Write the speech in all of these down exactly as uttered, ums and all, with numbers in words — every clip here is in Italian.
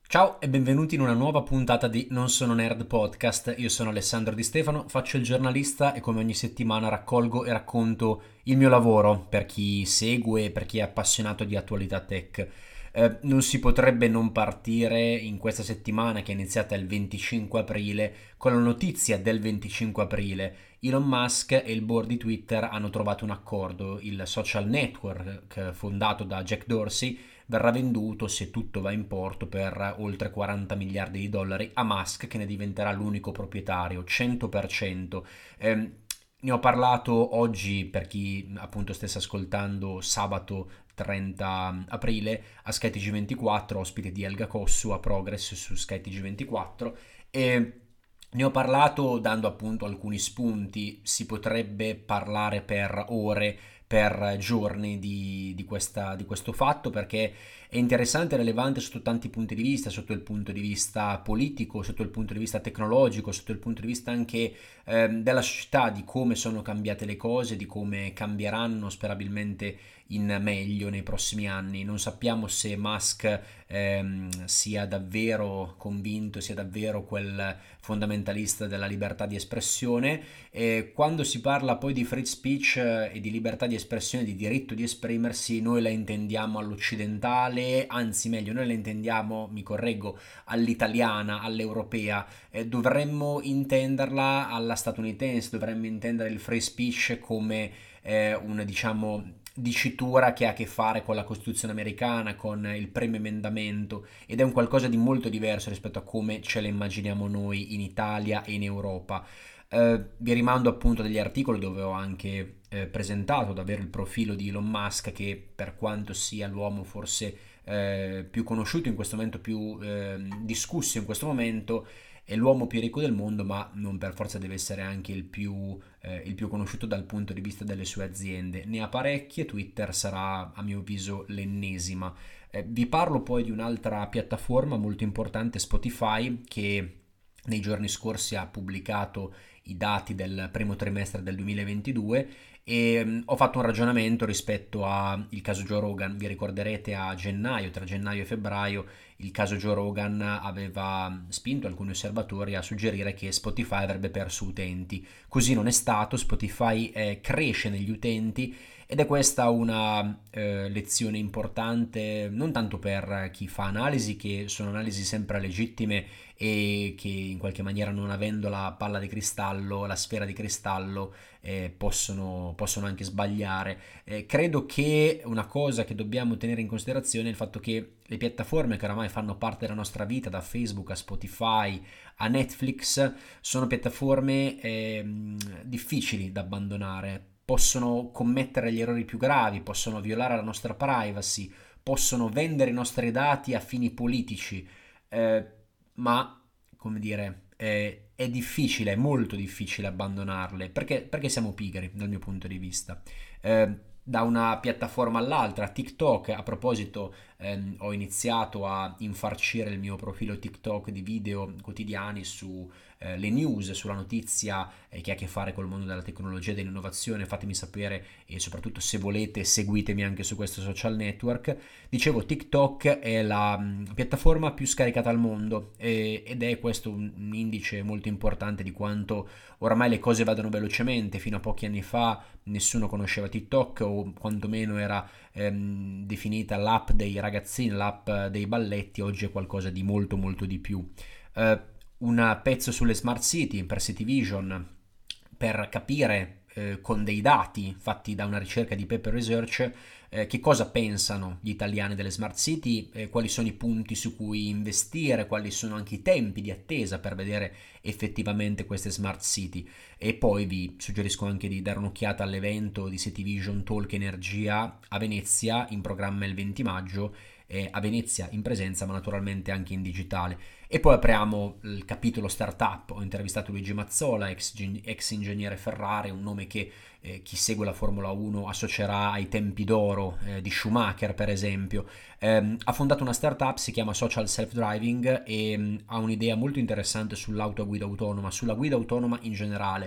Ciao e benvenuti in una nuova puntata di Non sono nerd podcast. Io sono Alessandro Di Stefano, faccio il giornalista e come ogni settimana raccolgo e racconto il mio lavoro per chi segue e per chi è appassionato di attualità tech. Eh, non si potrebbe non partire in questa settimana che è iniziata il venticinque aprile con la notizia del venticinque aprile. Elon Musk e il board di Twitter hanno trovato un accordo. Il social network fondato da Jack Dorsey verrà venduto, se tutto va in porto, per oltre quaranta miliardi di dollari a Musk, che ne diventerà l'unico proprietario, cento per cento. Eh, ne ho parlato oggi per chi appunto stesse ascoltando sabato trenta aprile a SkyTG ventiquattro, ospite di Elga Cossu a Progress su SkyTG ventiquattro, e ne ho parlato dando appunto alcuni spunti. Si potrebbe parlare per ore, per giorni di, di questa- di questo fatto, perché è interessante e rilevante sotto tanti punti di vista, sotto il punto di vista politico, sotto il punto di vista tecnologico, sotto il punto di vista anche ehm, della società, di come sono cambiate le cose, di come cambieranno sperabilmente in meglio nei prossimi anni. Non sappiamo se Musk ehm, sia davvero convinto, sia davvero quel fondamentalista della libertà di espressione. E quando si parla poi di free speech eh, e di libertà di espressione, di diritto di esprimersi, noi la intendiamo all'occidentale, anzi meglio, noi la intendiamo, mi correggo, all'italiana, all'europea. Eh, dovremmo intenderla alla statunitense, dovremmo intendere il free speech come eh, un, diciamo, dicitura che ha a che fare con la Costituzione americana, con il primo emendamento, ed è un qualcosa di molto diverso rispetto a come ce la immaginiamo noi in Italia e in Europa. Eh, vi rimando appunto degli articoli dove ho anche eh, presentato davvero il profilo di Elon Musk, che per quanto sia l'uomo forse eh, più conosciuto in questo momento, più eh, discusso in questo momento, è l'uomo più ricco del mondo, ma non per forza deve essere anche il più, eh, il più conosciuto dal punto di vista delle sue aziende. Ne ha parecchie, Twitter sarà a mio avviso l'ennesima. Eh, vi parlo poi di un'altra piattaforma molto importante, Spotify, che nei giorni scorsi ha pubblicato i dati del primo trimestre del duemilaventidue e mh, ho fatto un ragionamento rispetto al caso Joe Rogan. Vi ricorderete a gennaio, tra gennaio e febbraio, il caso Joe Rogan aveva spinto alcuni osservatori a suggerire che Spotify avrebbe perso utenti. Così non è stato, Spotify eh, cresce negli utenti ed è questa una eh, lezione importante non tanto per chi fa analisi, che sono analisi sempre legittime e che in qualche maniera, non avendo la palla di cristallo, la sfera di cristallo, eh, possono, possono anche sbagliare. Eh, credo che una cosa che dobbiamo tenere in considerazione è il fatto che le piattaforme che oramai fanno parte della nostra vita, da Facebook a Spotify a Netflix, sono piattaforme ehm, difficili da abbandonare. Possono commettere gli errori più gravi, possono violare la nostra privacy, possono vendere i nostri dati a fini politici, eh, ma, come dire, eh, è difficile, è molto difficile abbandonarle, perché, perché siamo pigri dal mio punto di vista. Eh, da una piattaforma all'altra, TikTok, a proposito, ehm, ho iniziato a infarcire il mio profilo TikTok di video quotidiani su eh, le news, sulla notizia eh, che ha a che fare col mondo della tecnologia e dell'innovazione. Fatemi sapere e soprattutto, se volete, seguitemi anche su questo social network. Dicevo, TikTok è la mh, piattaforma più scaricata al mondo e- ed è questo un, un indice molto importante di quanto oramai le cose vadano velocemente. Fino a pochi anni fa nessuno conosceva TikTok, o quantomeno era ehm, definita l'app dei ragazzini, l'app dei balletti. Oggi è qualcosa di molto molto di più. Eh, un pezzo sulle smart city per City Vision, per capire eh, con dei dati fatti da una ricerca di Paper Research eh, che cosa pensano gli italiani delle smart city, eh, quali sono i punti su cui investire, quali sono anche i tempi di attesa per vedere effettivamente queste smart city. E poi vi suggerisco anche di dare un'occhiata all'evento di City Vision Talk Energia a Venezia, in programma il venti maggio, eh, a Venezia in presenza ma naturalmente anche in digitale. E poi apriamo il capitolo startup. Ho intervistato Luigi Mazzola, ex, ex ingegnere Ferrari, un nome che eh, chi segue la Formula uno associerà ai tempi d'oro eh, di Schumacher, per esempio. Eh, ha fondato una startup, si chiama Social Self Driving, e mh, ha un'idea molto interessante sull'auto a guida autonoma, sulla guida autonoma in generale.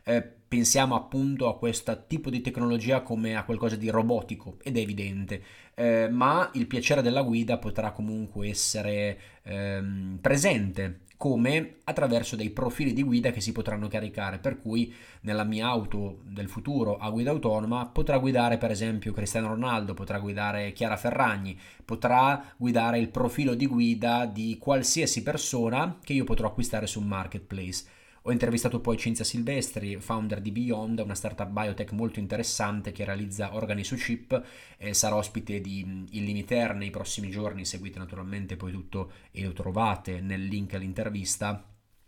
eh, pensiamo appunto a questo tipo di tecnologia come a qualcosa di robotico, ed è evidente, eh, ma il piacere della guida potrà comunque essere ehm, presente come attraverso dei profili di guida che si potranno caricare, per cui nella mia auto del futuro a guida autonoma potrà guidare per esempio Cristiano Ronaldo, potrà guidare Chiara Ferragni, potrà guidare il profilo di guida di qualsiasi persona che io potrò acquistare su un marketplace. Ho intervistato poi Cinzia Silvestri, founder di Beyond, una startup biotech molto interessante che realizza organi su chip, e sarà ospite di Illimiter nei prossimi giorni. Seguite naturalmente poi tutto e lo trovate nel link all'intervista.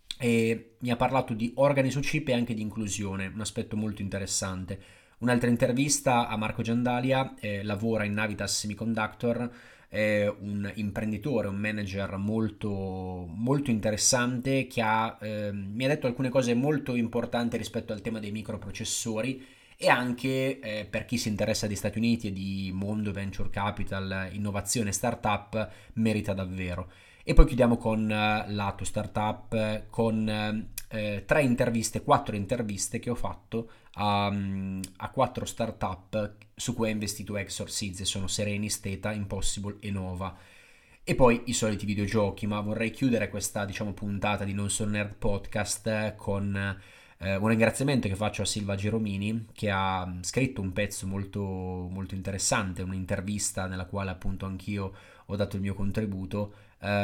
E mi ha parlato di organi su chip e anche di inclusione, un aspetto molto interessante. Un'altra intervista a Marco Giandalia, eh, lavora in Navitas Semiconductor, è un imprenditore, un manager molto, molto interessante che ha, eh, mi ha detto alcune cose molto importanti rispetto al tema dei microprocessori, e anche eh, per chi si interessa di Stati Uniti e di mondo venture capital, innovazione, startup, merita davvero. E poi chiudiamo con eh, lato startup, eh, con eh, tre interviste, quattro interviste che ho fatto a, a quattro startup su cui ha investito Exor Seeds, sono Serenis, Theta, Impossible e Nova. E poi i soliti videogiochi, ma vorrei chiudere questa, diciamo, puntata di Non Sono Nerd Podcast con eh, un ringraziamento che faccio a Silva Geromini, che ha scritto un pezzo molto, molto interessante, un'intervista nella quale appunto anch'io ho dato il mio contributo,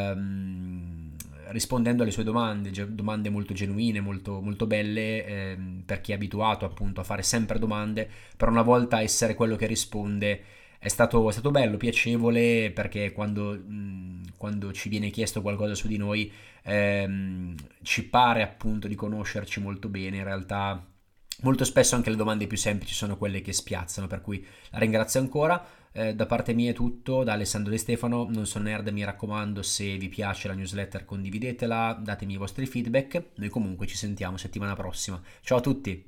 ehm, rispondendo alle sue domande, domande molto genuine, molto, molto belle, ehm, per chi è abituato appunto a fare sempre domande, per una volta essere quello che risponde. È stato, è stato bello, piacevole, perché quando, mh, quando ci viene chiesto qualcosa su di noi, ehm, ci pare appunto di conoscerci molto bene. In realtà molto spesso anche le domande più semplici sono quelle che spiazzano, per cui la ringrazio ancora. Eh, da parte mia è tutto, da Alessandro Di Stefano, non sono nerd, mi raccomando, se vi piace la newsletter condividetela, datemi i vostri feedback, noi comunque ci sentiamo settimana prossima. Ciao a tutti!